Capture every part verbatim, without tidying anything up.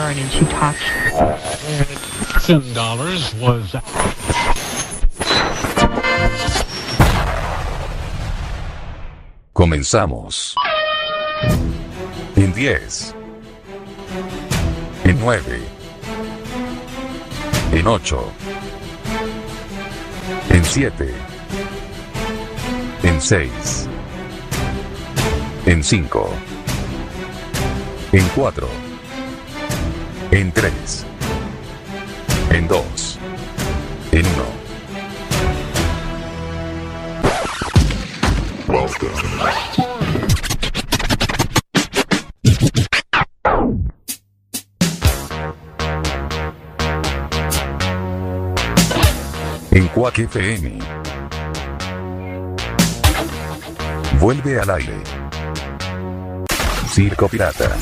learn and to talk. Ten dollars was. Comenzamos. En diez. En nueve. En ocho. En siete. En seis. En cinco. En cuatro. En tres. En dos. En uno. En Quack F M. Vuelve al aire. Circo Pirata.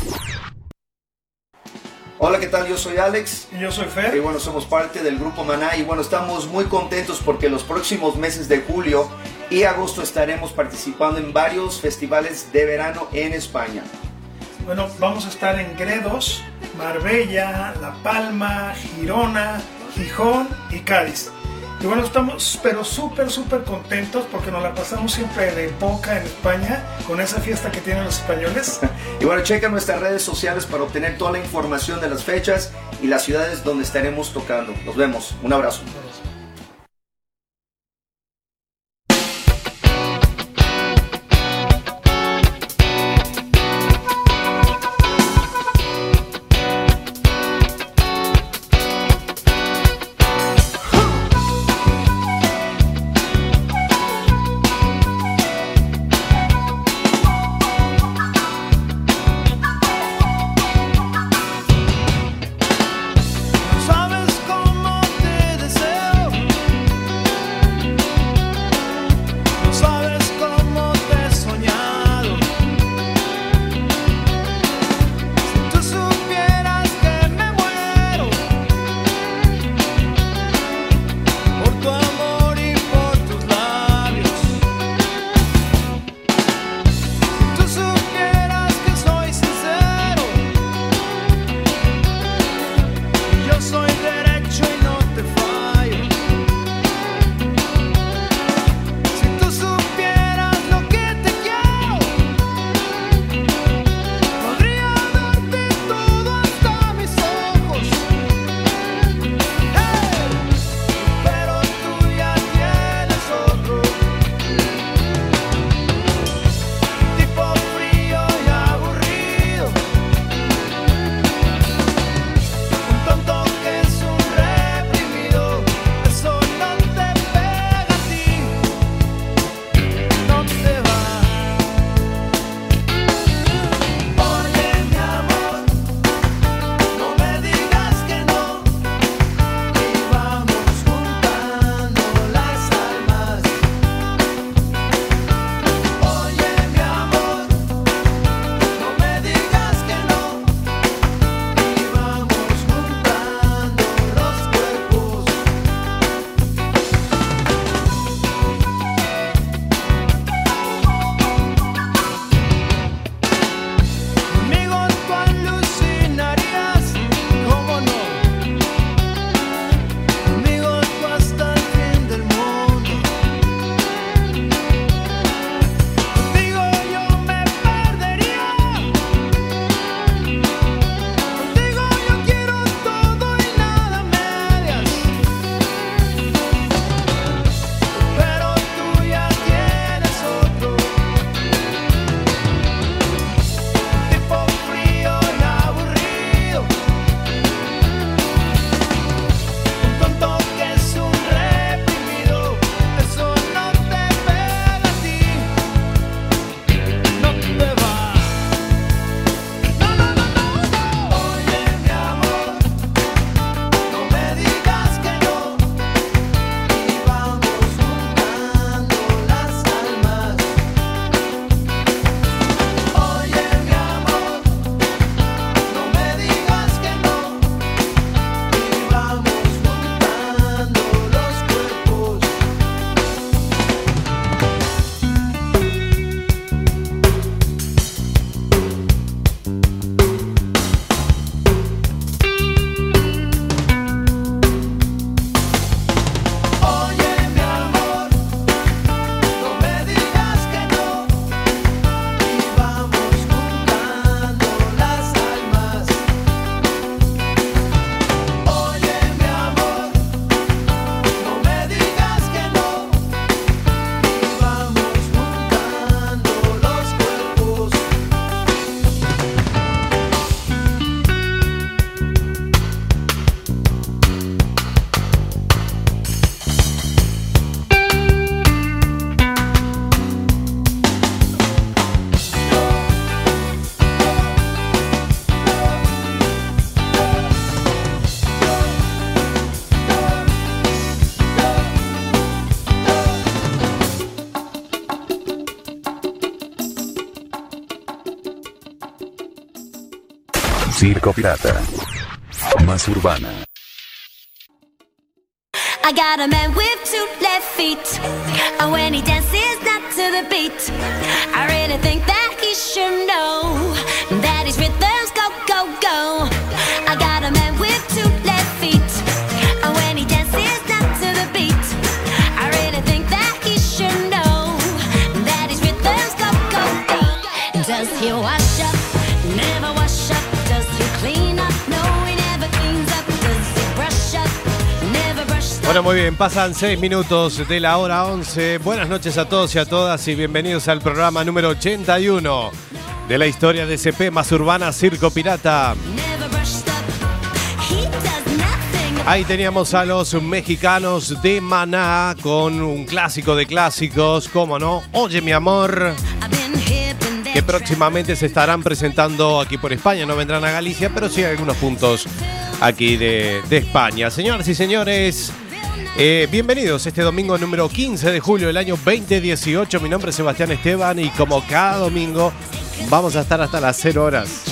Hola, ¿qué tal? Yo soy Alex. Y yo soy Fer. Y bueno, somos parte del grupo Maná. Y bueno, estamos muy contentos porque los próximos meses de julio y agosto estaremos participando en varios festivales de verano en España. Bueno, vamos a estar en Gredos, Marbella, La Palma, Girona, Gijón y Cádiz. Y bueno, estamos pero súper, súper contentos porque nos la pasamos siempre de boca en España con esa fiesta que tienen los españoles. Y bueno, checa nuestras redes sociales para obtener toda la información de las fechas y las ciudades donde estaremos tocando. Nos vemos. Un abrazo. Sabes cómo te deseo. Circo Pirata. Más urbana. I got a man with two left feet, and when he dances not to the beat, I really think that he should know that his rhythms go, go, go. I got a man with two left feet, and when he dances not to the beat, I really think that he should know that his rhythms go, go, go. Does he wash up? Never wash up. Does he clean up? No, he never cleans up. Does he brush up? Never brush up. Bueno, muy bien, pasan seis minutos de la hora once. Buenas noches a todos y a todas y bienvenidos al programa número ochenta y uno de la historia de C P Más Urbana Circo Pirata. Ahí teníamos a los mexicanos de Maná con un clásico de clásicos, cómo no, Oye mi amor, que próximamente se estarán presentando aquí por España, no vendrán a Galicia, pero sí a algunos puntos aquí de, de España. Señoras y señores, eh, bienvenidos este domingo número quince de julio del año veinte dieciocho. Mi nombre es Sebastián Esteban y como cada domingo vamos a estar hasta las cero horas.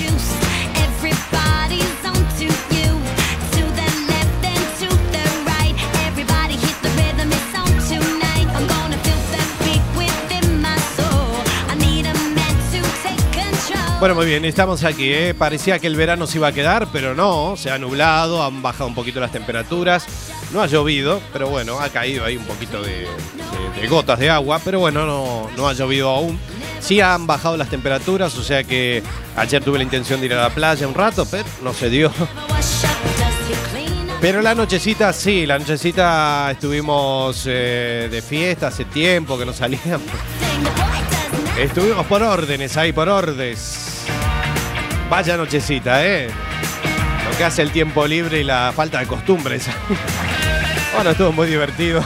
Bueno, muy bien, estamos aquí, ¿eh? Parecía que el verano se iba a quedar, pero no, se ha nublado, han bajado un poquito las temperaturas, no ha llovido, pero bueno, ha caído ahí un poquito de, de, de gotas de agua, pero bueno, no, no ha llovido aún. Sí han bajado las temperaturas, o sea que ayer tuve la intención de ir a la playa un rato, pero no se dio. Pero la nochecita, sí, la nochecita estuvimos eh, de fiesta hace tiempo que no salíamos. Estuvimos por órdenes, ahí por órdenes. Vaya nochecita, ¿eh? Lo que hace el tiempo libre y la falta de costumbres. Bueno, estuvo muy divertido.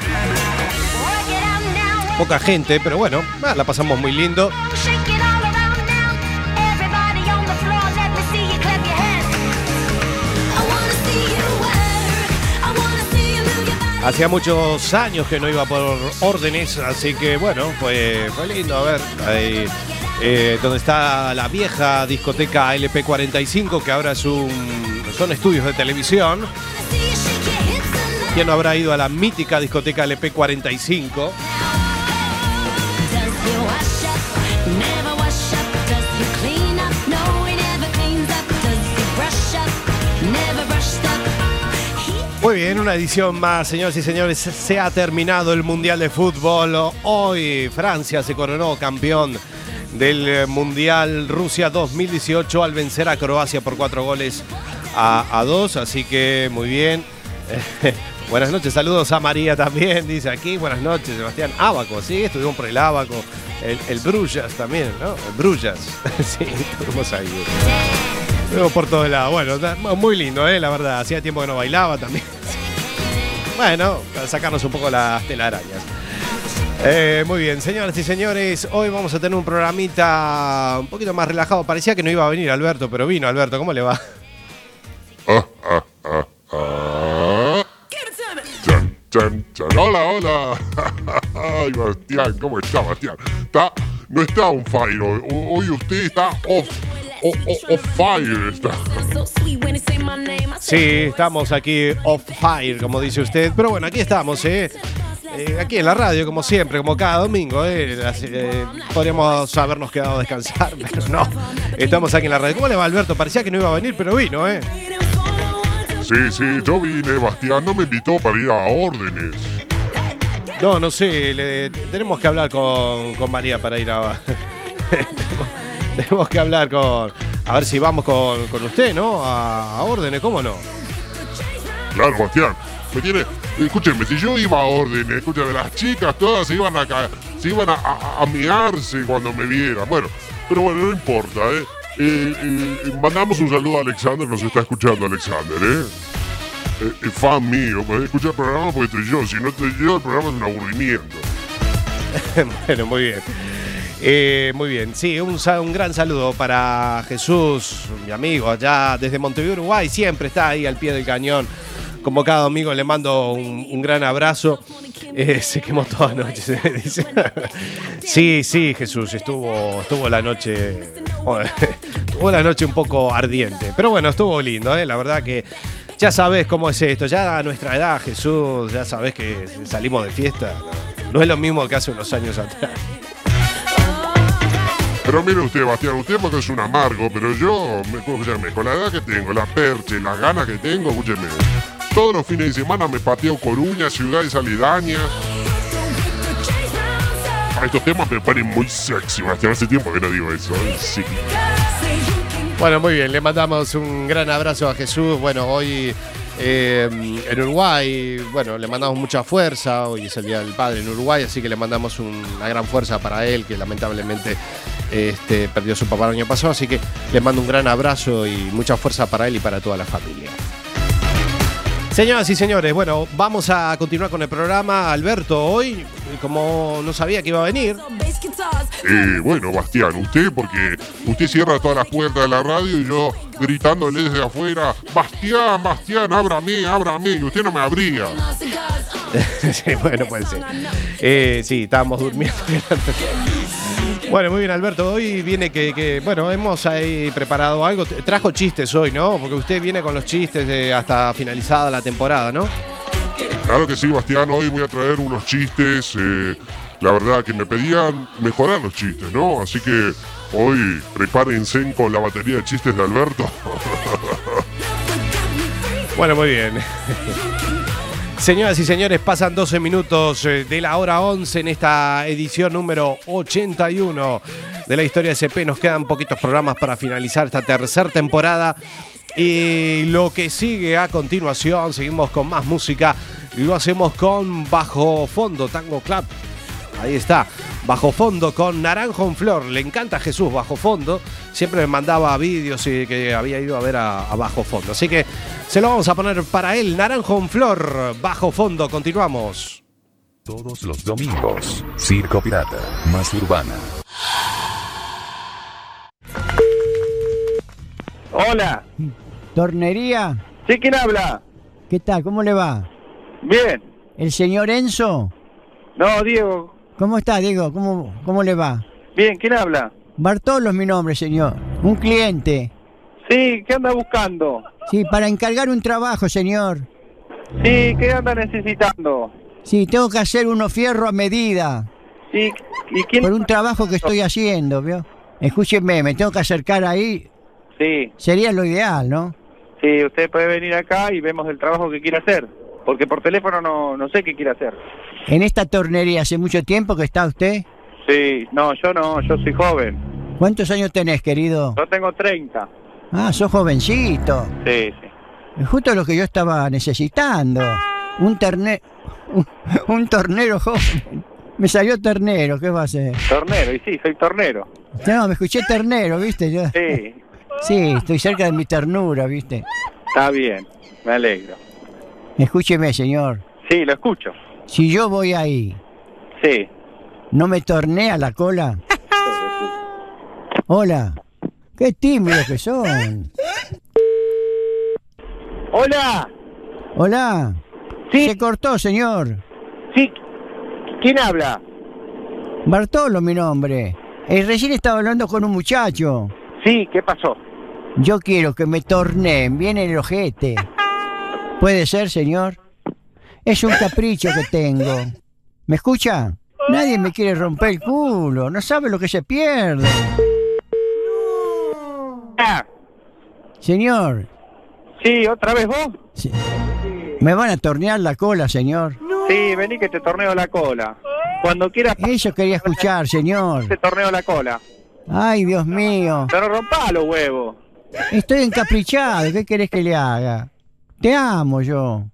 Poca gente, pero bueno, la pasamos muy lindo. Hacía muchos años que no iba por órdenes, así que bueno, fue, fue lindo. A ver, ahí, eh, donde está la vieja discoteca L P cuarenta y cinco, que ahora es un, son estudios de televisión. ¿Quién no habrá ido a la mítica discoteca L P cuarenta y cinco? Muy bien, una edición más, señoras y señores. Se ha terminado el Mundial de Fútbol. Hoy Francia se coronó campeón del Mundial Rusia dos mil dieciocho al vencer a Croacia por cuatro goles a, a dos. Así que muy bien. Buenas noches, saludos a María también, dice aquí. Buenas noches, Sebastián. Ábaco, sí, estuvimos por el Ábaco. El, el Brujas también, ¿no? El Brujas. Sí, estuvimos ahí. Luego por todos lados. Bueno, muy lindo, ¿eh? La verdad. Hacía tiempo que no bailaba también. Bueno, para sacarnos un poco las telarañas. Eh, muy bien, señoras y señores. Hoy vamos a tener un programita un poquito más relajado. Parecía que no iba a venir Alberto, pero vino Alberto. ¿Cómo le va? Ah, ah, ah, ah. Chan, chan, chan. Hola, hola. Ay, Bastián, ¿cómo está, Bastián? Está, no está on fire hoy. Hoy usted está off. Oh, oh, off fire está. Sí, estamos aquí off fire, como dice usted. Pero bueno, aquí estamos, ¿eh? eh aquí en la radio, como siempre, como cada domingo, ¿eh? eh podríamos habernos quedado a descansar, pero no. Estamos aquí en la radio. ¿Cómo le va, Alberto? Parecía que no iba a venir, pero vino, ¿eh? Sí, sí, yo vine. Bastián no me invitó para ir a órdenes. No, no sé. Le, tenemos que hablar con, con María para ir a... Tenemos que hablar con... A ver si vamos con, con usted, ¿no? A, a órdenes, ¿cómo no? Claro, Bastián. Me tiene... Escúcheme, si yo iba a órdenes, escúchame, las chicas todas se iban a ca... se iban a, a, a mearse cuando me vieran. Bueno, pero bueno, no importa, ¿eh? Eh, eh, mandamos un saludo a Alexander, nos está escuchando Alexander, ¿eh? eh, eh fan mío, pues escucha el programa porque estoy yo, si no estoy yo el programa es un aburrimiento. Bueno, muy bien. Eh, muy bien, sí, un, un gran saludo para Jesús, mi amigo allá desde Montevideo, Uruguay, siempre está ahí al pie del cañón. Como cada domingo le mando un, un gran abrazo. Eh, se quemó toda la noche, se dice. Sí, sí, Jesús, estuvo, estuvo la noche. Estuvo la noche un poco ardiente. Pero bueno, estuvo lindo, ¿eh? La verdad que ya sabes cómo es esto. Ya a nuestra edad, Jesús, ya sabes que salimos de fiesta. No, no es lo mismo que hace unos años atrás. Pero mire usted, Bastián, usted porque es un amargo, pero yo, me, escúcheme, con la edad que tengo, la percha y las ganas que tengo, escúcheme, todos los fines de semana me pateo Coruña, ciudades aledañas. A estos temas me ponen muy sexy, Bastián, hace tiempo que no digo eso. Sí. Bueno, muy bien, le mandamos un gran abrazo a Jesús. Bueno, hoy eh, en Uruguay, bueno, le mandamos mucha fuerza. Hoy es el Día del Padre en Uruguay, así que le mandamos un, una gran fuerza para él, que lamentablemente este, perdió a su papá el año pasado. Así que le mando un gran abrazo y mucha fuerza para él y para toda la familia. Señoras y señores, bueno, vamos a continuar con el programa. Alberto, hoy, como no sabía que iba a venir. Eh, bueno, Bastián, usted, porque usted cierra todas las puertas de la radio y yo gritándole desde afuera, Bastián, Bastián, ábrame, ábrame, y usted no me abría. Sí, bueno, puede ser. Eh, sí, estábamos durmiendo. Bueno, muy bien, Alberto. Hoy viene que, que, bueno, hemos ahí preparado algo. Trajo chistes hoy, ¿no? Porque usted viene con los chistes de hasta finalizada la temporada, ¿no? Claro que sí, Bastián. Hoy voy a traer unos chistes. Eh, la verdad que me pedían mejorar los chistes, ¿no? Así que hoy prepárense con la batería de chistes de Alberto. Bueno, muy bien. Señoras y señores, pasan doce minutos de la hora once en esta edición número ochenta y uno de la Historia S P. Nos quedan poquitos programas para finalizar esta tercera temporada. Y lo que sigue a continuación, seguimos con más música y lo hacemos con Bajo Fondo Tango Club. Ahí está, Bajo Fondo con Naranjo en Flor. Le encanta a Jesús Bajo Fondo. Siempre me mandaba vídeos y que había ido a ver a, a Bajo Fondo. Así que se lo vamos a poner para él. Naranjo en Flor, Bajo Fondo. Continuamos. Todos los domingos, Circo Pirata, más urbana. Hola. ¿Tornería? ¿Sí, quién habla? ¿Qué tal? ¿Cómo le va? Bien. ¿El señor Enzo? No, Diego. ¿Cómo está, Diego? ¿Cómo, cómo le va? Bien, ¿quién habla? Bartolo es mi nombre, señor. Un cliente. Sí, ¿qué anda buscando? Sí, para encargar un trabajo, señor. Sí, ¿qué anda necesitando? Sí, tengo que hacer unos fierros a medida. Sí, ¿y quién? Por un trabajo que estoy haciendo, ¿vio? Escúcheme, me tengo que acercar ahí. Sí. Sería lo ideal, ¿no? Sí, usted puede venir acá y vemos el trabajo que quiere hacer. Porque por teléfono no, no sé qué quiere hacer. ¿En esta tornería hace mucho tiempo que está usted? Sí, no, yo no, yo soy joven. ¿Cuántos años tenés, querido? Yo tengo treinta. Ah, sos jovencito. Sí, sí. Es justo lo que yo estaba necesitando. Un ternero... Un, un tornero joven. Me salió ternero, ¿qué va a hacer? Tornero, y sí, soy tornero. No, me escuché ternero, ¿viste? Yo... Sí. Sí, estoy cerca de mi ternura, ¿viste? Está bien, me alegro. Escúcheme, señor. Sí, lo escucho. Si yo voy ahí, sí, ¿no me tornea la cola? Hola. Qué tímidos que son. Hola. Hola. Sí. Se cortó, señor. Sí. ¿Quién habla? Bartolo, mi nombre. Eh, recién estaba hablando con un muchacho. Sí, ¿qué pasó? Yo quiero que me torneen bien el ojete. ¿Puede ser, señor? Es un capricho que tengo. ¿Me escucha? Nadie me quiere romper el culo. No sabe lo que se pierde. Ah. Señor. Sí, ¿otra vez vos? Sí. ¿Me van a tornear la cola, señor? Sí, vení que te torneo la cola. Cuando quieras... Eso quería escuchar, señor. Te torneo la cola. Ay, Dios mío. Pero no rompa los huevos. Estoy encaprichado. ¿Qué querés que le haga? Te amo yo.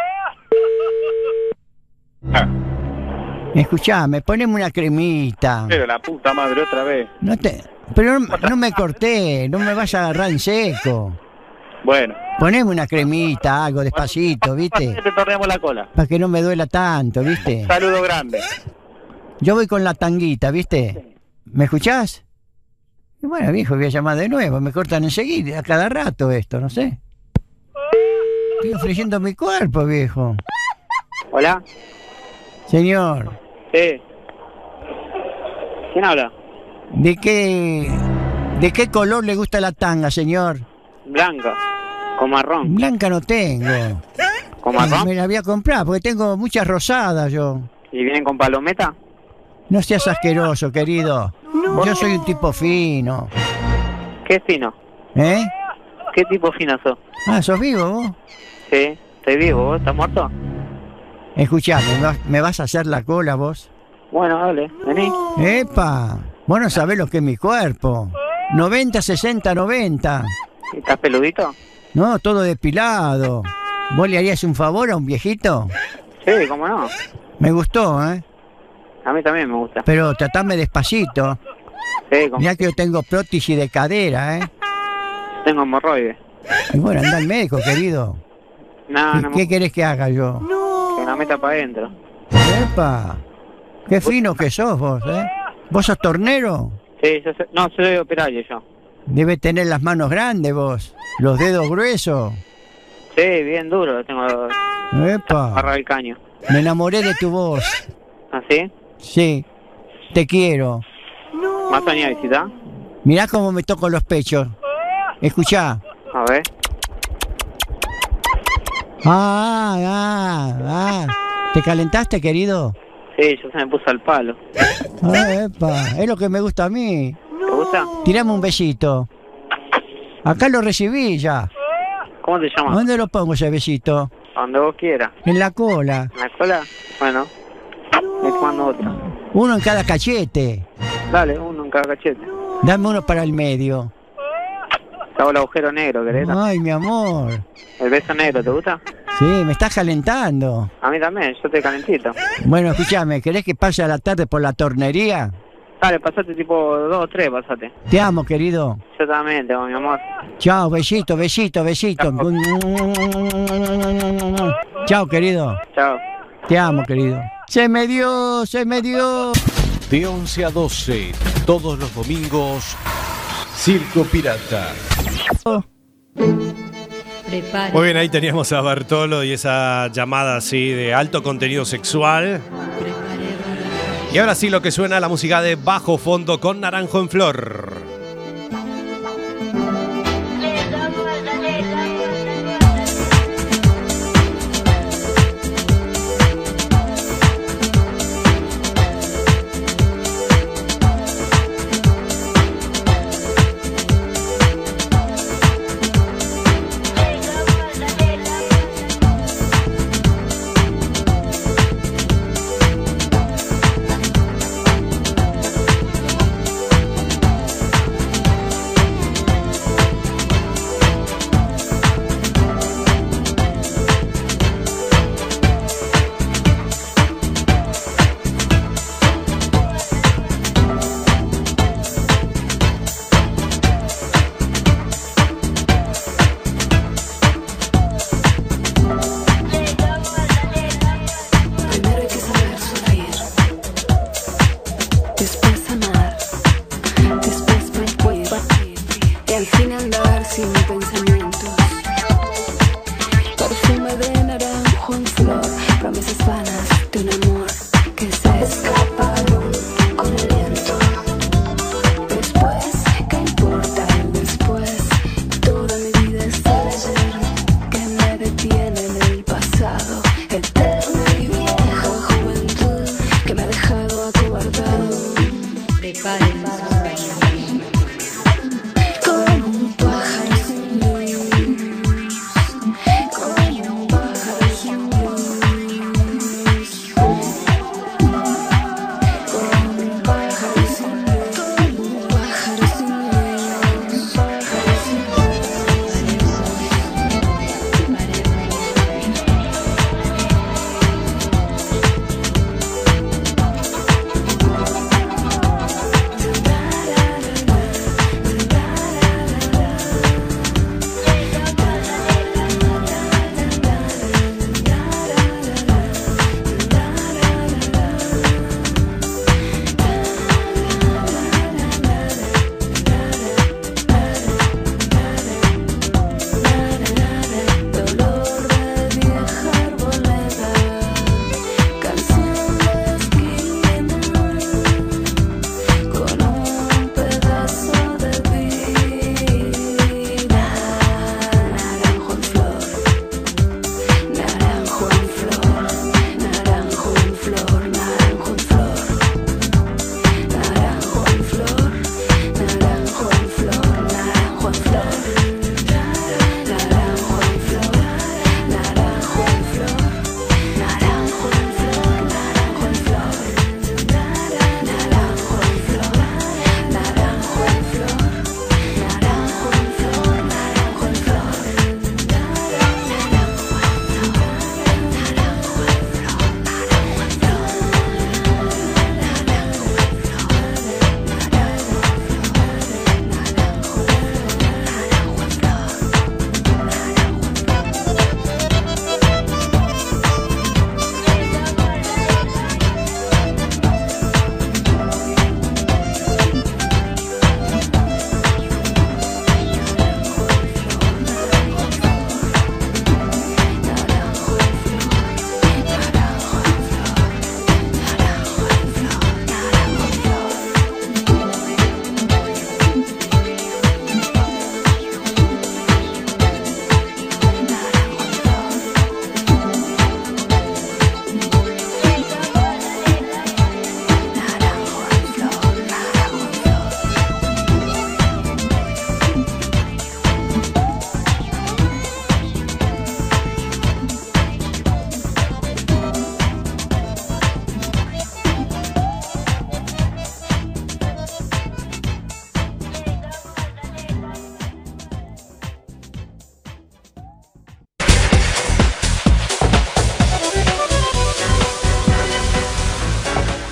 Ah. Escuchame, poneme una cremita. Pero la puta madre, otra vez. No te... Pero no, no me corté, no me vas a agarrar en seco. Bueno. Poneme una cremita, algo despacito, ¿viste? Te torneamos la cola. Para que no me duela tanto, ¿viste? Saludo grande. Yo voy con la tanguita, ¿viste? ¿Me escuchás? Y bueno, viejo, voy a llamar de nuevo. Me cortan enseguida, a cada rato esto, no sé. Estoy ofreciendo mi cuerpo, viejo. Hola. Señor, Sí. ¿Quién habla? ¿de qué, ¿de qué color le gusta la tanga, señor? Blanca. Con marrón. Blanca no tengo. ¿Con marrón? Me la voy a comprar porque tengo muchas rosadas yo. ¿Y vienen con palometa? No seas asqueroso, querido. Yo soy un tipo fino. ¿Qué fino? ¿Eh? ¿Qué tipo fino sos? Ah, ¿sos vivo vos? Sí, estoy vivo. ¿Vos estás muerto? Escuchame, ¿me vas- ¿me vas a hacer la cola vos? Bueno, dale, vení. ¡Epa! Vos no sabés lo que es mi cuerpo. noventa, sesenta, noventa. ¿Estás peludito? No, todo depilado. ¿Vos le harías un favor a un viejito? Sí, cómo no. Me gustó, ¿eh? A mí también me gusta. Pero tratame despacito. Sí, como Mirá que yo tengo prótesis de cadera, ¿eh? tengo hemorroides. Y bueno, anda al médico, querido. No, ¿Qué, no qué querés que haga yo? Que la meta para adentro. ¡Epa! ¡Qué fino que sos vos, eh! ¿Vos sos tornero? Sí, yo soy, no, soy operario yo. Debe tener las manos grandes vos. Los dedos gruesos. Sí, bien duro, tengo ¡Epa! agarrar el caño. Me enamoré de tu voz. ¿Así? Sí. Te quiero. ¿Más venía a visitar? Mirá cómo me toco los pechos. Escuchá. A ver. Ah, ah, ah. ¿Te calentaste, querido? Sí, yo se me puso al palo. Ah, epa. Es lo que me gusta a mí. ¿Te gusta? Tirame un besito. Acá lo recibí ya. ¿Cómo te llamas? ¿Dónde lo pongo ese besito? A donde vos quieras. En la cola. ¿En la cola? Bueno. Me mando otro. Uno en cada cachete. Dale, uno en cada cachete. Dame uno para el medio. Te hago el agujero negro, ¿querés? Ay, mi amor. ¿El beso negro te gusta? Sí, me estás calentando. A mí también, yo estoy calentito. Bueno, escúchame, ¿querés que pase a la tarde por la tornería? Dale, pasate tipo dos o tres, pasate. Te amo, querido. Yo también, te amo, mi amor. Chao, besito, besito, besito. Chao, querido. Chao. Te amo, querido. Se me dio, se me dio. De once a doce, todos los domingos, Circo Pirata. Muy bien, ahí teníamos a Bartolo y esa llamada así de alto contenido sexual. Y ahora sí lo que suena, la música de Bajo Fondo con Naranjo en Flor.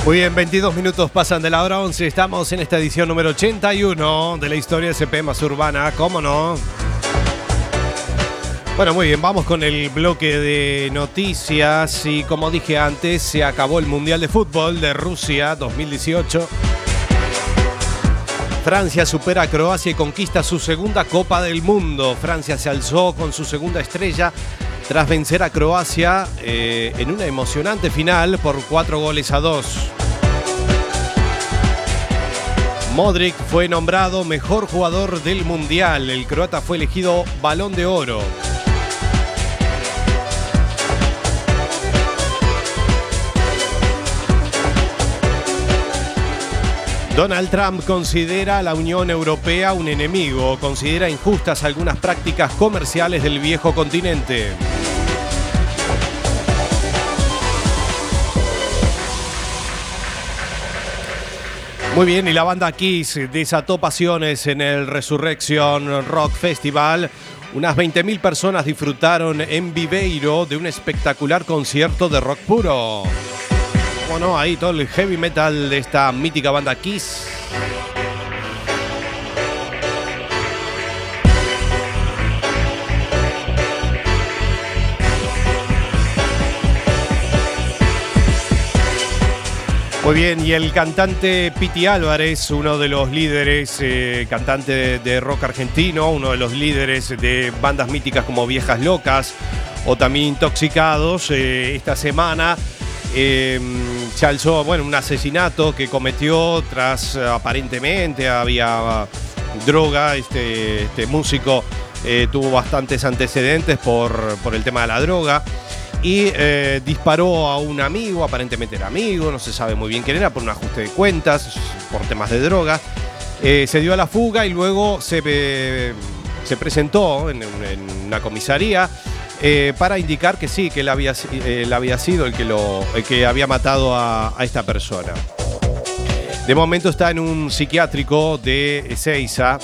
Muy bien, veintidós minutos pasan de la hora once. Estamos en esta edición número ochenta y uno de la historia S P más urbana. ¿Cómo no? Bueno, muy bien, vamos con el bloque de noticias. Y como dije antes, se acabó el Mundial de Fútbol de Rusia dos mil dieciocho. Francia supera a Croacia y conquista su segunda Copa del Mundo. Francia se alzó con su segunda estrella tras vencer a Croacia eh, en una emocionante final por cuatro goles a dos. Modric fue nombrado mejor jugador del Mundial. El croata fue elegido Balón de Oro. Donald Trump considera a la Unión Europea un enemigo. Considera injustas algunas prácticas comerciales del viejo continente. Muy bien, y la banda Kiss desató pasiones en el Resurrection Rock Festival. Unas veinte mil personas disfrutaron en Viveiro de un espectacular concierto de rock puro. Bueno, ahí todo el heavy metal de esta mítica banda Kiss. Muy bien, y el cantante Piti Álvarez, uno de los líderes, eh, cantante de, de rock argentino, uno de los líderes de bandas míticas como Viejas Locas o también Intoxicados, eh, esta semana eh, se alzó, bueno, un asesinato que cometió tras eh, aparentemente había droga. Este, este músico eh, tuvo bastantes antecedentes por, por el tema de la droga. Y eh, disparó a un amigo, aparentemente era amigo, no se sabe muy bien quién era, por un ajuste de cuentas, por temas de droga. Eh, se dio a la fuga y luego se, eh, se presentó en, en una comisaría eh, para indicar que sí, que él había, eh, él había sido el que, lo, el que había matado a, a esta persona. De momento está en un psiquiátrico de Ezeiza.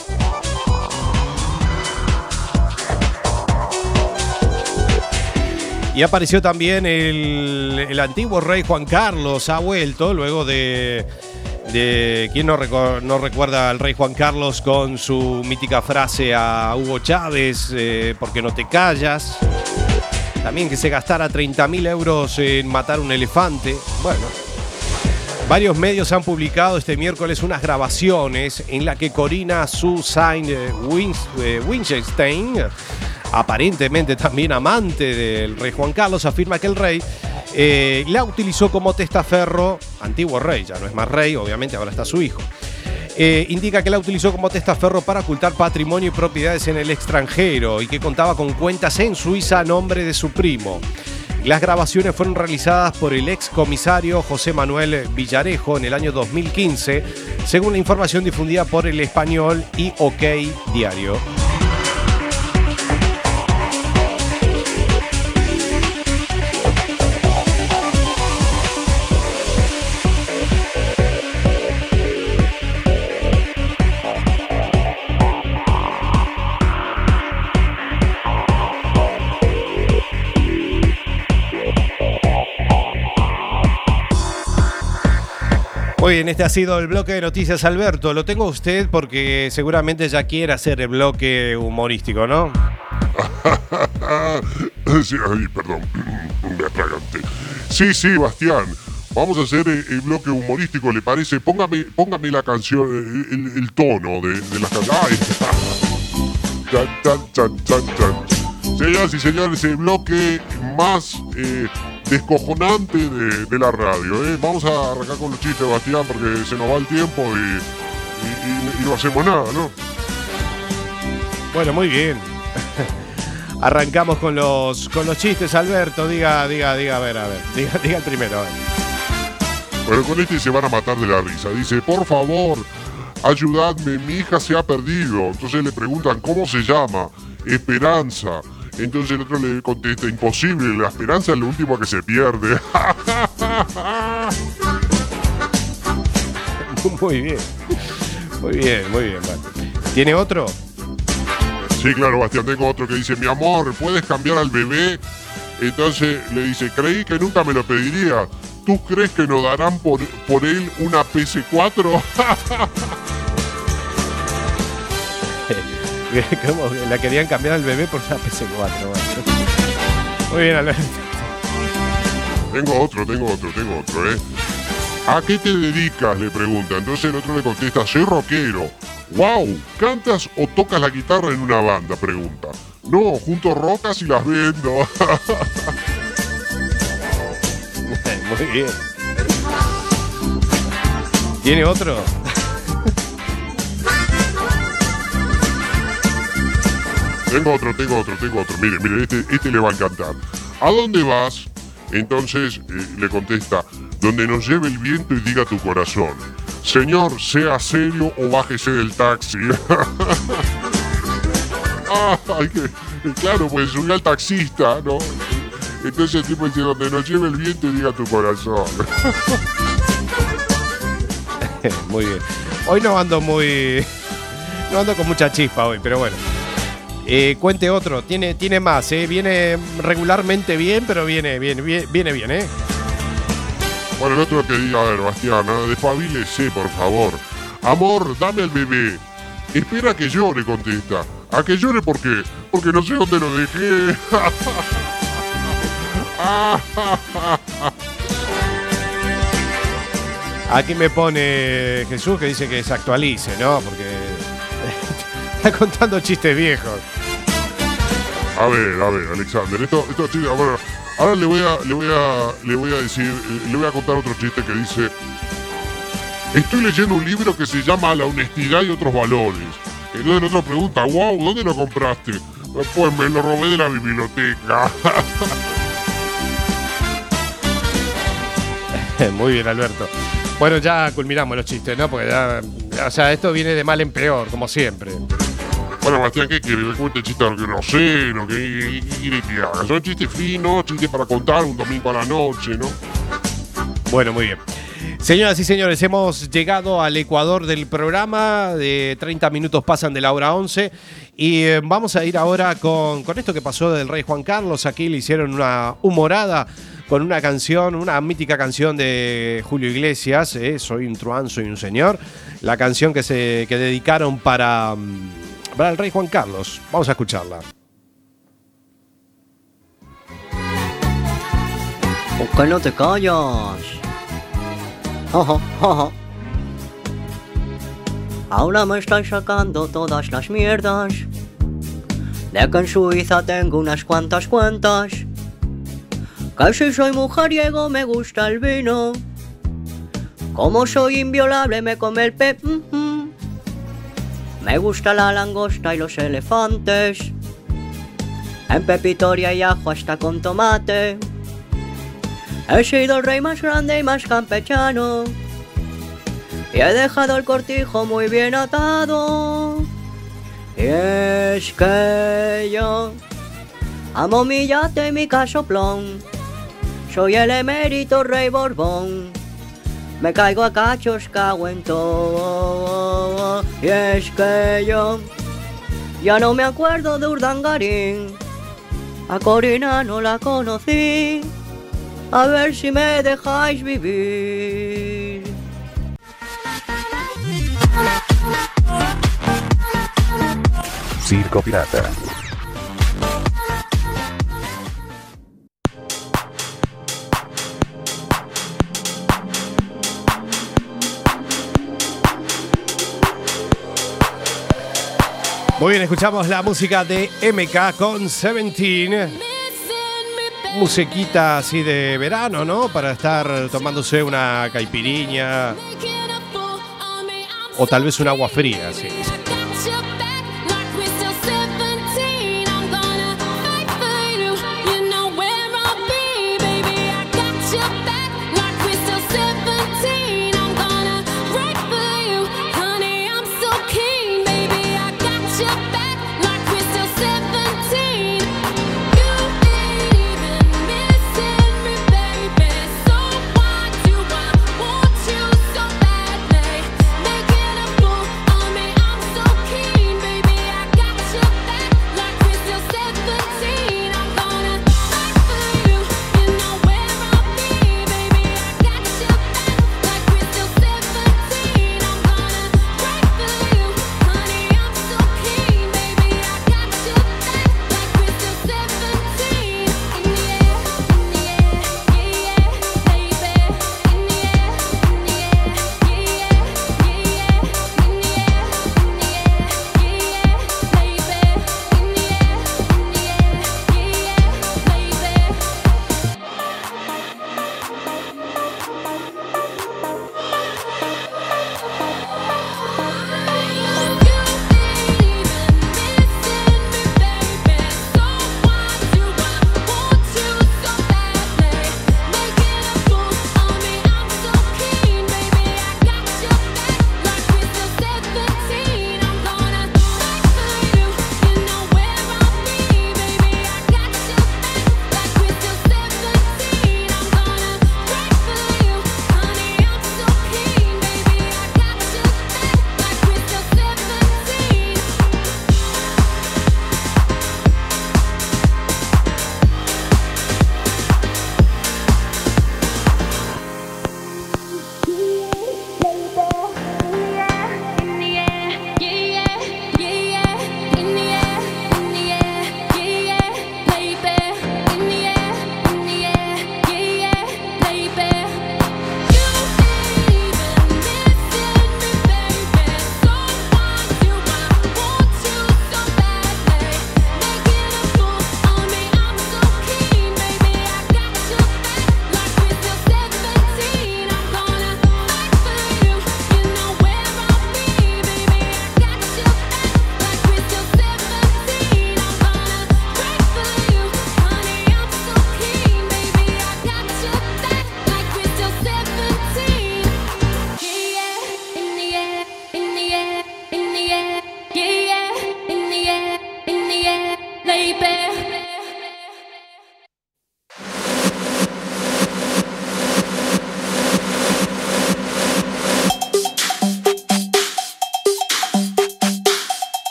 Y apareció también el, el antiguo rey Juan Carlos, ha vuelto luego de... de ¿quién no, recu- no recuerda al rey Juan Carlos con su mítica frase a Hugo Chávez, eh, ¿por qué no te callas? También que se gastara treinta mil euros en matar un elefante. Bueno, varios medios han publicado este miércoles unas grabaciones en las que Corina Susanne Wittgenstein, aparentemente también amante del rey Juan Carlos, afirma que el rey eh, la utilizó como testaferro, antiguo rey, ya no es más rey, obviamente ahora está su hijo. Eh, indica que la utilizó como testaferro para ocultar patrimonio y propiedades en el extranjero y que contaba con cuentas en Suiza a nombre de su primo. Las grabaciones fueron realizadas por el ex comisario José Manuel Villarejo en el año dos mil quince, según la información difundida por El Español y OK Diario. Muy bien, este ha sido el bloque de noticias, Alberto. Lo tengo a usted porque seguramente ya quiere hacer el bloque humorístico, ¿no? Sí, ay, perdón, me atraganté. Sí, sí, Bastián. Vamos a hacer el, el bloque humorístico, ¿le parece? Póngame, póngame la canción, el, el, el tono de, de la canción. ¡Ay! Chan, chan, chan, chan, chan. Señoras y señores, el bloque más eh, descojonante de, de la radio, ¿eh? Vamos a arrancar con los chistes, Bastián, porque se nos va el tiempo y, y, y, y no hacemos nada, ¿no? Bueno, muy bien. Arrancamos con los con los chistes, Alberto. Diga, diga, diga, a ver, a ver. Diga, diga el primero, a ver. Bueno, con este se van a matar de la risa. Dice, por favor, ayudadme, mi hija se ha perdido. Entonces le preguntan, ¿cómo se llama? Esperanza. Entonces el otro le contesta, imposible, la esperanza es lo último que se pierde. Muy bien. Muy bien, muy bien. Bueno. ¿Tiene otro? Sí, claro, Bastián, tengo otro que dice, mi amor, ¿puedes cambiar al bebé? Entonces le dice, creí que nunca me lo pediría. ¿tú crees que nos darán por, por él una P S cuatro? ¿Cómo? La querían cambiar al bebé por una P S cuatro. Muy bien, Alberto. Tengo otro, tengo otro, tengo otro, ¿eh? ¿A qué te dedicas?, le pregunta. Entonces el otro le contesta, soy rockero. ¡Wow! ¿Cantas o tocas la guitarra en una banda?, pregunta. No, junto rocas y las vendo. Muy bien. ¿Tiene otro? Tengo otro, tengo otro, tengo otro. Mire, mire, este, este le va a encantar. ¿A dónde vas? Entonces eh, le contesta, donde nos lleve el viento y diga tu corazón. Señor, sea serio o bájese del taxi. Ah, que, claro, pues subí al taxista, ¿no? Entonces el tipo dice, donde nos lleve el viento y diga tu corazón. Muy bien. Hoy no ando muy... No ando con mucha chispa hoy, pero bueno. Eh, cuente otro, tiene, tiene más, ¿eh? Viene regularmente bien, pero viene, viene, viene, viene bien, ¿eh? Bueno, el otro que diga, a ver, Bastián, ¿no? Despabilese, por favor. Amor, dame al bebé. Espera que llore, contesta. ¿A que llore por qué? Porque no sé dónde lo dejé. Aquí me pone Jesús que dice que se actualice, ¿no? Porque está contando chistes viejos. A ver, a ver, Alexander, esto, esto chiste, bueno, ahora le voy a, le voy a, le voy a decir, le voy a contar otro chiste que dice, estoy leyendo un libro que se llama La honestidad y otros valores. Entonces el otro pregunta, wow, ¿dónde lo compraste? Pues me lo robé de la biblioteca. Muy bien, Alberto. Bueno, ya culminamos los chistes, ¿no? Porque ya, ya, o sea, esto viene de mal en peor, como siempre. Bueno, Bastián, ¿qué quiere? ¿Le cuente chistes que no sé? ¿no? ¿Qué, qué quiere que haga? Son chistes finos, chistes para contar un domingo a la noche, ¿no? Bueno, muy bien. Señoras y señores, hemos llegado al ecuador del programa. De treinta minutos pasan de la hora once. Y eh, vamos a ir ahora con, con esto que pasó del rey Juan Carlos. Aquí le hicieron una humorada con una canción, una mítica canción de Julio Iglesias, eh, Soy un truán, soy un señor. La canción que se que dedicaron para, para el rey Juan Carlos. Vamos a escucharla. ¿Por qué no te callas? Ojo, ojo. Ahora me estáis sacando todas las mierdas de que en Suiza tengo unas cuantas cuentas. Que si soy mujeriego me gusta el vino. Como soy inviolable me come el pe... Mm-hmm. Me gusta la langosta y los elefantes. En pepitoria y ajo hasta con tomate. He sido el rey más grande y más campechano. Y he dejado el cortijo muy bien atado. Y es que yo amo mi yate y mi casoplón. Soy el emérito rey Borbón. Me caigo a cachos, cago en todo. Y es que yo ya no me acuerdo de Urdangarín. A Corina no la conocí. A ver si me dejáis vivir. Circo Pirata. Muy bien, escuchamos la música de M K con diecisiete. Musiquita así de verano, ¿no? Para estar tomándose una caipiriña o tal vez un agua fría, sí.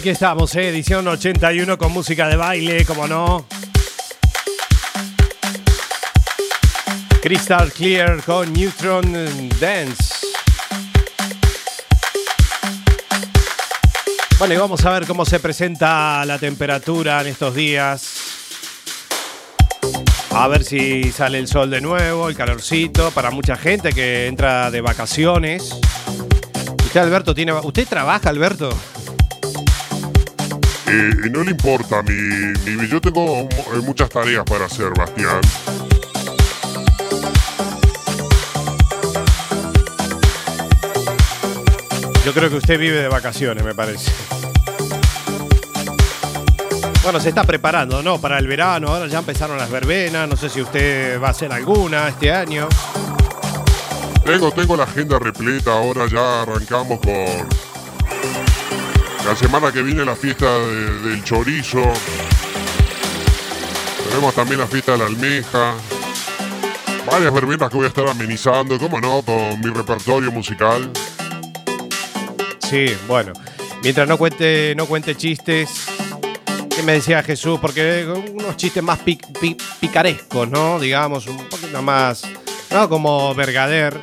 Aquí estamos, ¿eh? Edición ochenta y uno con música de baile, como no. Crystal Clear con Neutron Dance. Bueno, y vamos a ver cómo se presenta la temperatura en estos días. A ver si sale el sol de nuevo, el calorcito, para mucha gente que entra de vacaciones. Usted, Alberto, tiene... ¿Usted trabaja, Alberto? Eh, no le importa, mi, mi, yo tengo muchas tareas para hacer, Bastián. Yo creo que usted vive de vacaciones, me parece. Bueno, se está preparando, ¿no? Para el verano, ahora ya empezaron las verbenas, no sé si usted va a hacer alguna este año. Tengo, tengo la agenda repleta, ahora ya arrancamos con... La semana que viene la fiesta de, del chorizo. Tenemos también la fiesta de la almeja. Varias verbenas que voy a estar amenizando, ¿cómo no? Con mi repertorio musical. Sí, bueno. Mientras no cuente, no cuente chistes. ¿Qué me decía Jesús? Porque unos chistes más pic, pic, picarescos, ¿no? Digamos, un poquito más, ¿no? Como Vergader.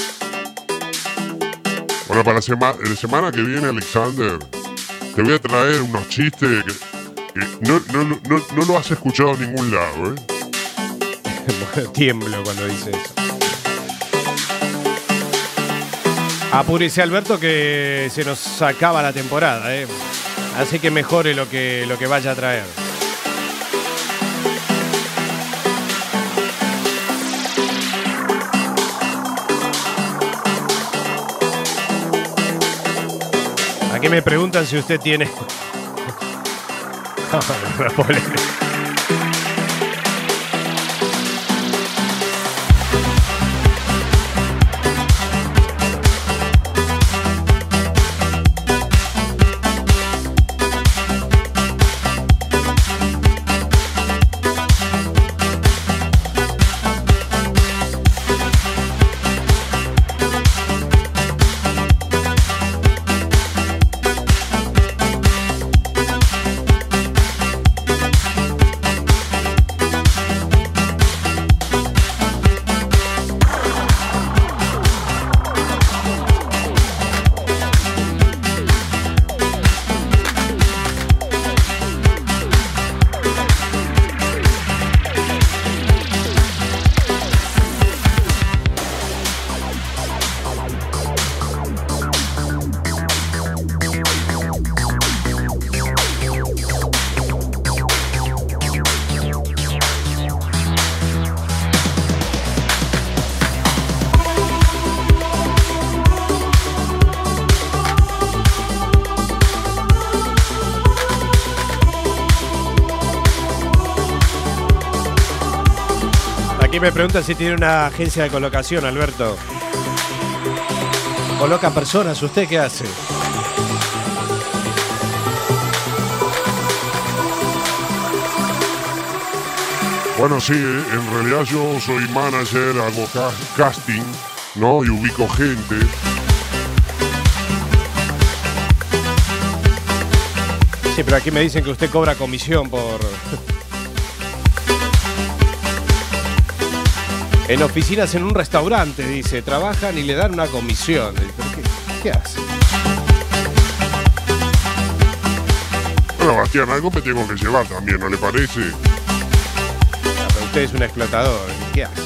Bueno, para la, sema la semana que viene, Alexander, te voy a traer unos chistes que, que no, no, no, no, no lo has escuchado en ningún lado, ¿eh? Bueno, tiemblo cuando dice eso. Apúrese, Alberto, que se nos acaba la temporada, ¿eh? Así que mejore lo que, lo que vaya a traer. Aquí me preguntan si usted tiene... Aquí me preguntan si tiene una agencia de colocación, Alberto. ¿Coloca personas? ¿Usted qué hace? Bueno, sí, en realidad yo soy manager, hago ca casting, ¿no? Y ubico gente. Sí, pero aquí me dicen que usted cobra comisión por... En oficinas en un restaurante, dice, trabajan y le dan una comisión. ¿Qué, qué hace? Bueno, Bastián, algo me tengo que llevar también, ¿no le parece? Ah, pero usted es un explotador, ¿qué hace?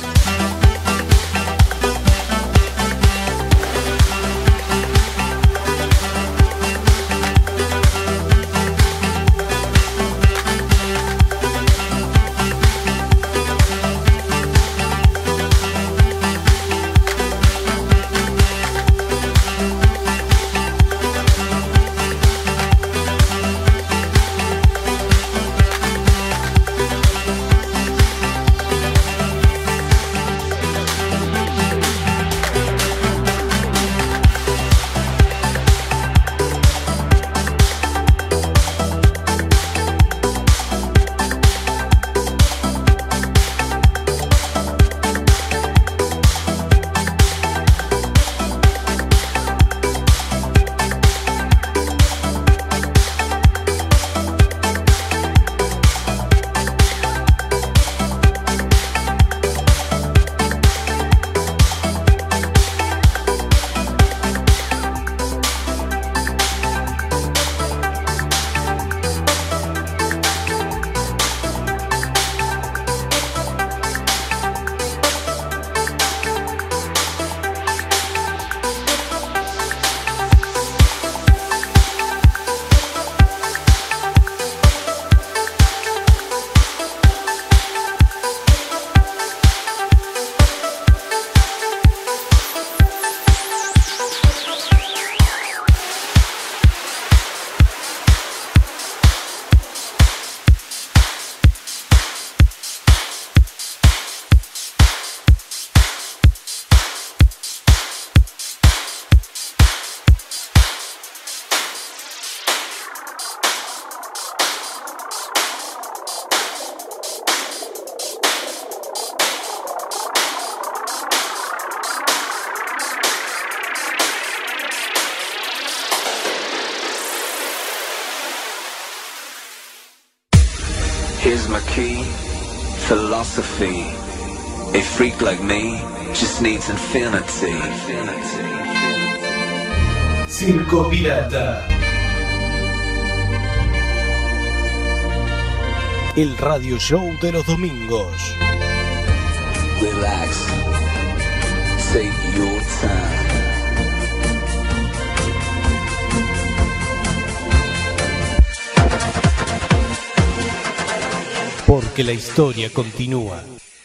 Here's my key, philosophy. A freak like me just needs infinity. Circo Pirata. El radio show de los domingos. Relax. Take your time. Porque la historia continúa.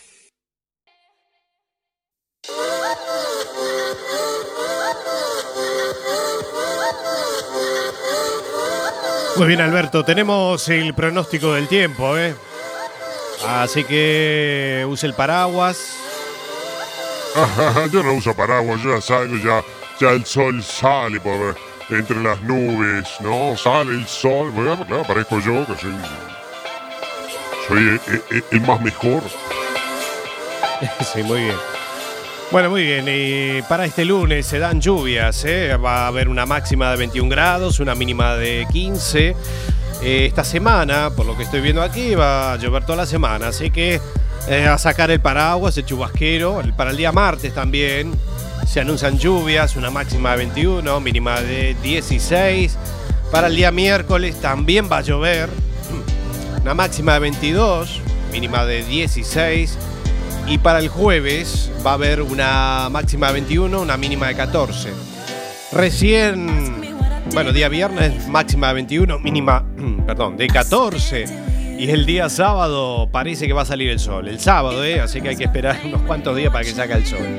Muy bien, Alberto, tenemos el pronóstico del tiempo, ¿eh? Así que use el paraguas. Yo no uso paraguas, yo ya salgo, ya, ya el sol sale por entre las nubes, ¿no? Sale el sol, bueno, claro, parezco yo, que soy, soy el, el, el más mejor. Sí, muy bien. Bueno, muy bien, y para este lunes se dan lluvias, ¿eh? Va a haber una máxima de veintiún grados, una mínima de quince. Eh, esta semana, por lo que estoy viendo aquí, va a llover toda la semana, así que eh, a sacar el paraguas, el chubasquero. Para el día martes también se anuncian lluvias, una máxima de veintiuno, mínima de dieciséis. Para el día miércoles también va a llover, una máxima de veintidós, mínima de dieciséis. Y para el jueves va a haber una máxima de veintiuno, una mínima de catorce. Recién, bueno, día viernes, máxima de veintiuno, mínima, perdón, de catorce. Y el día sábado parece que va a salir el sol. El sábado, ¿eh? Así que hay que esperar unos cuantos días para que salga el sol.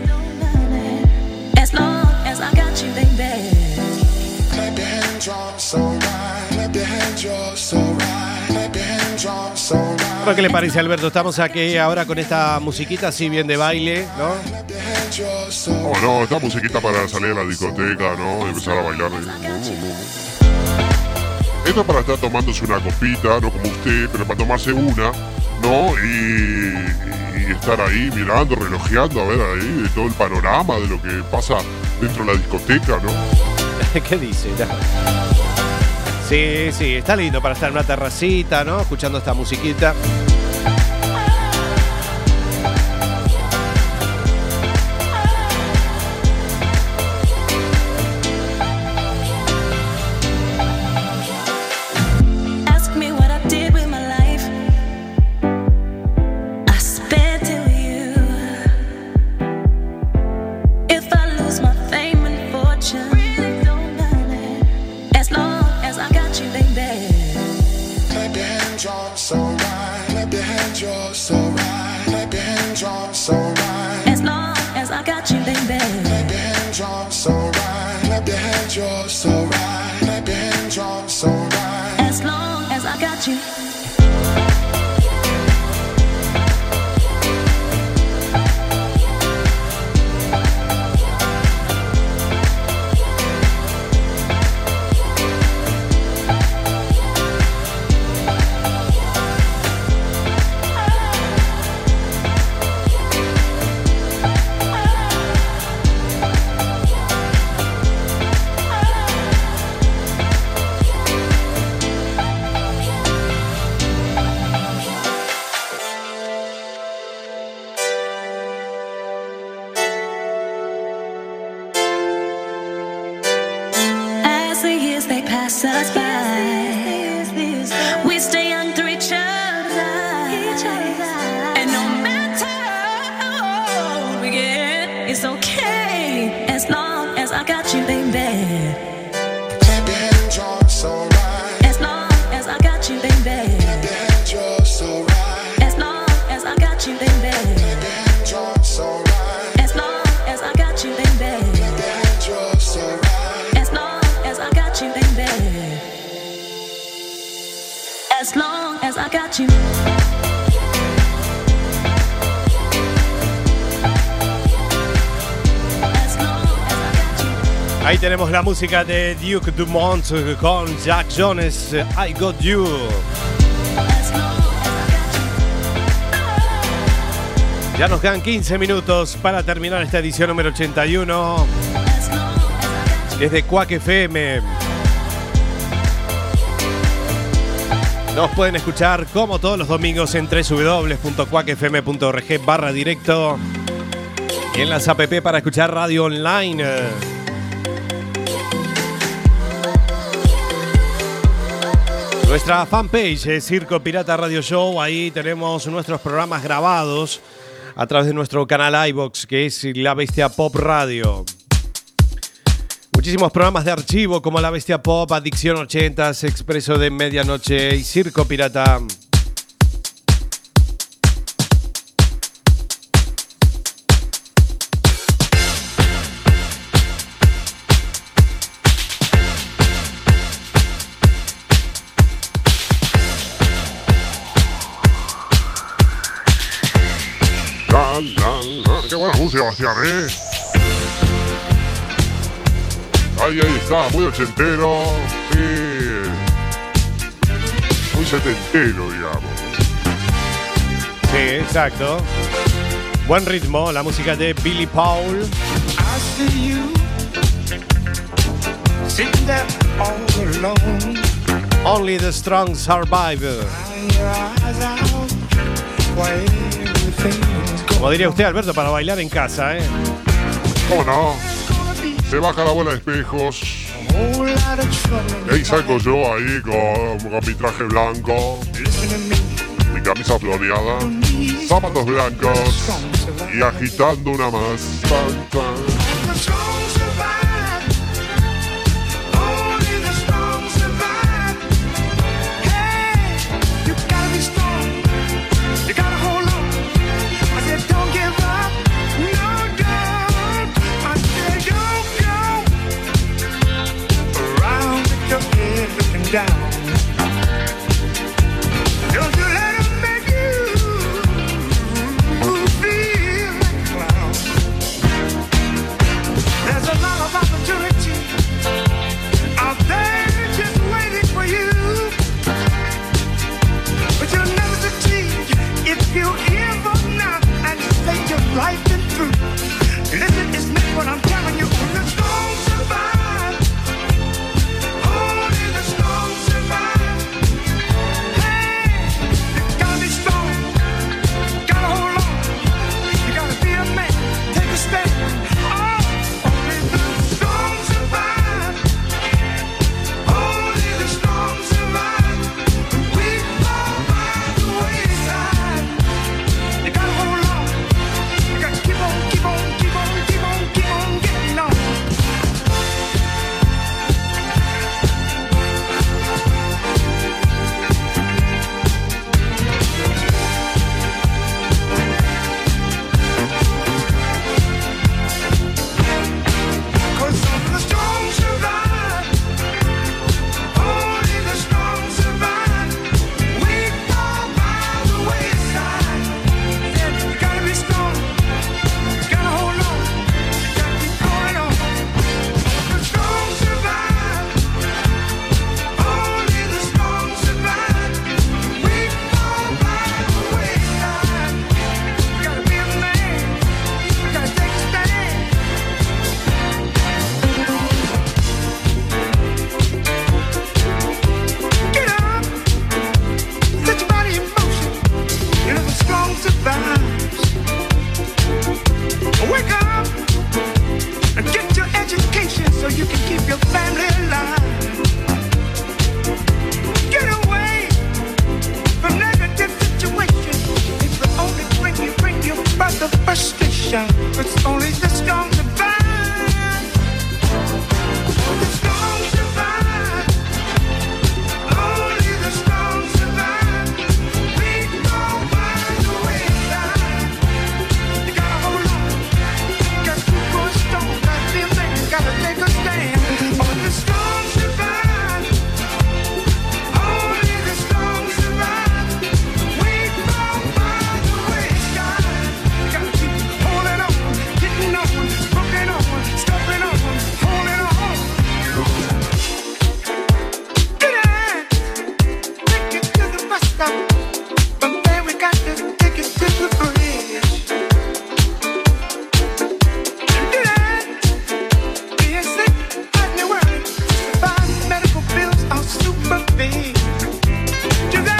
Bueno, ¿qué le parece, Alberto? Estamos aquí ahora con esta musiquita así bien de baile, ¿no? Oh, no, esta musiquita para salir a la discoteca, ¿no? Y empezar a bailar. No, no, no. Esto es para estar tomándose una copita, no como usted, pero para tomarse una, ¿no? Y, y estar ahí mirando, relojeando, a ver ahí todo el panorama de lo que pasa dentro de la discoteca, ¿no? ¿Qué dice? Ya. Sí, sí, está lindo para estar en una terracita, ¿no? Escuchando esta musiquita. Ahí tenemos la música de Duke Dumont con Jack Jones, I Got You. Ya nos quedan quince minutos para terminar esta edición número ochenta y uno desde Quack F M. Nos pueden escuchar como todos los domingos en doble u doble u doble u punto cuac f m punto org barra directo y en las app para escuchar radio online. Nuestra fanpage es Circo Pirata Radio Show. Ahí tenemos nuestros programas grabados a través de nuestro canal iVoox, que es La Bestia Pop Radio. Muchísimos programas de archivo como La Bestia Pop, Adicción ochentas, Expreso de Medianoche y Circo Pirata. Qué buena música, Bastián, ¿eh? Ahí, ahí está, muy ochentero. Sí. Muy setentero, digamos. Sí, exacto. Buen ritmo, la música de Billy Paul. Only the strong survive. Como diría usted, Alberto, para bailar en casa, ¿eh? ¿Cómo no? Se baja la bola de espejos. Y ahí salgo yo ahí con, con mi traje blanco, mi camisa floreada, zapatos blancos y agitando una más. Tan, tan. Down. Don't you let him make you feel like a clown. There's a lot of opportunity out there just waiting for you, but you'll never succeed if you give up now and take your life in through. Listen, it's not what I'm telling you. The strong survive. You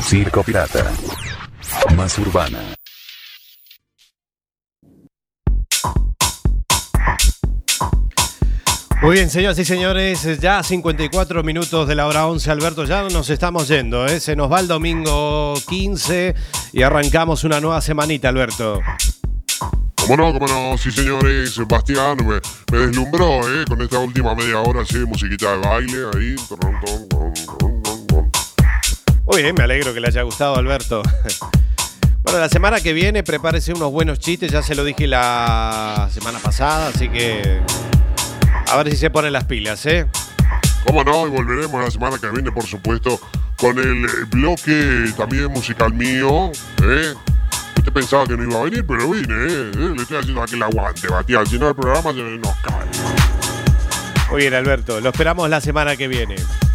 Circo Pirata. Más urbana. Muy bien, señoras y señores, ya cincuenta y cuatro minutos de la hora once, Alberto, ya nos estamos yendo, ¿eh? Se nos va el domingo quince y arrancamos una nueva semanita, Alberto. Cómo no, cómo no, sí señores, Sebastián me, me deslumbró, ¿eh? Con esta última media hora, así, musiquita de baile, ahí. Muy bien, me alegro que le haya gustado, Alberto. Bueno, la semana que viene prepárese unos buenos chistes, ya se lo dije la semana pasada, así que a ver si se ponen las pilas, ¿eh? Cómo no, y volveremos la semana que viene, por supuesto, con el bloque también musical mío, ¿eh? Usted pensaba que no iba a venir, pero vine, ¿eh? Le estoy haciendo aquí el aguante, Bastián, si no el programa se nos cae. Muy bien, Alberto, lo esperamos la semana que viene.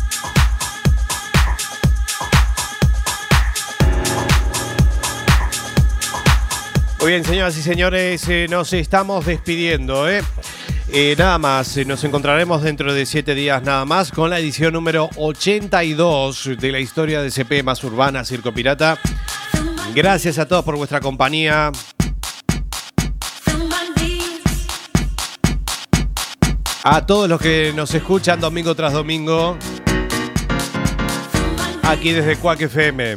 Muy bien, señoras y señores, eh, nos estamos despidiendo, ¿eh? Eh, nada más, eh, nos encontraremos dentro de siete días nada más con la edición número ochenta y dos de la historia de C P Más Urbana, Circo Pirata. Gracias a todos por vuestra compañía. A todos los que nos escuchan domingo tras domingo, aquí desde Quack F M.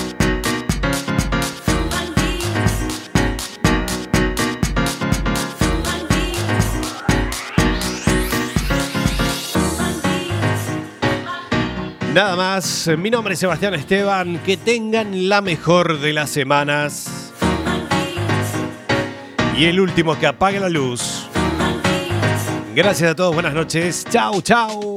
Nada más, mi nombre es Sebastián Esteban, que tengan la mejor de las semanas. Y el último que apague la luz. Gracias a todos, buenas noches, chau, chau.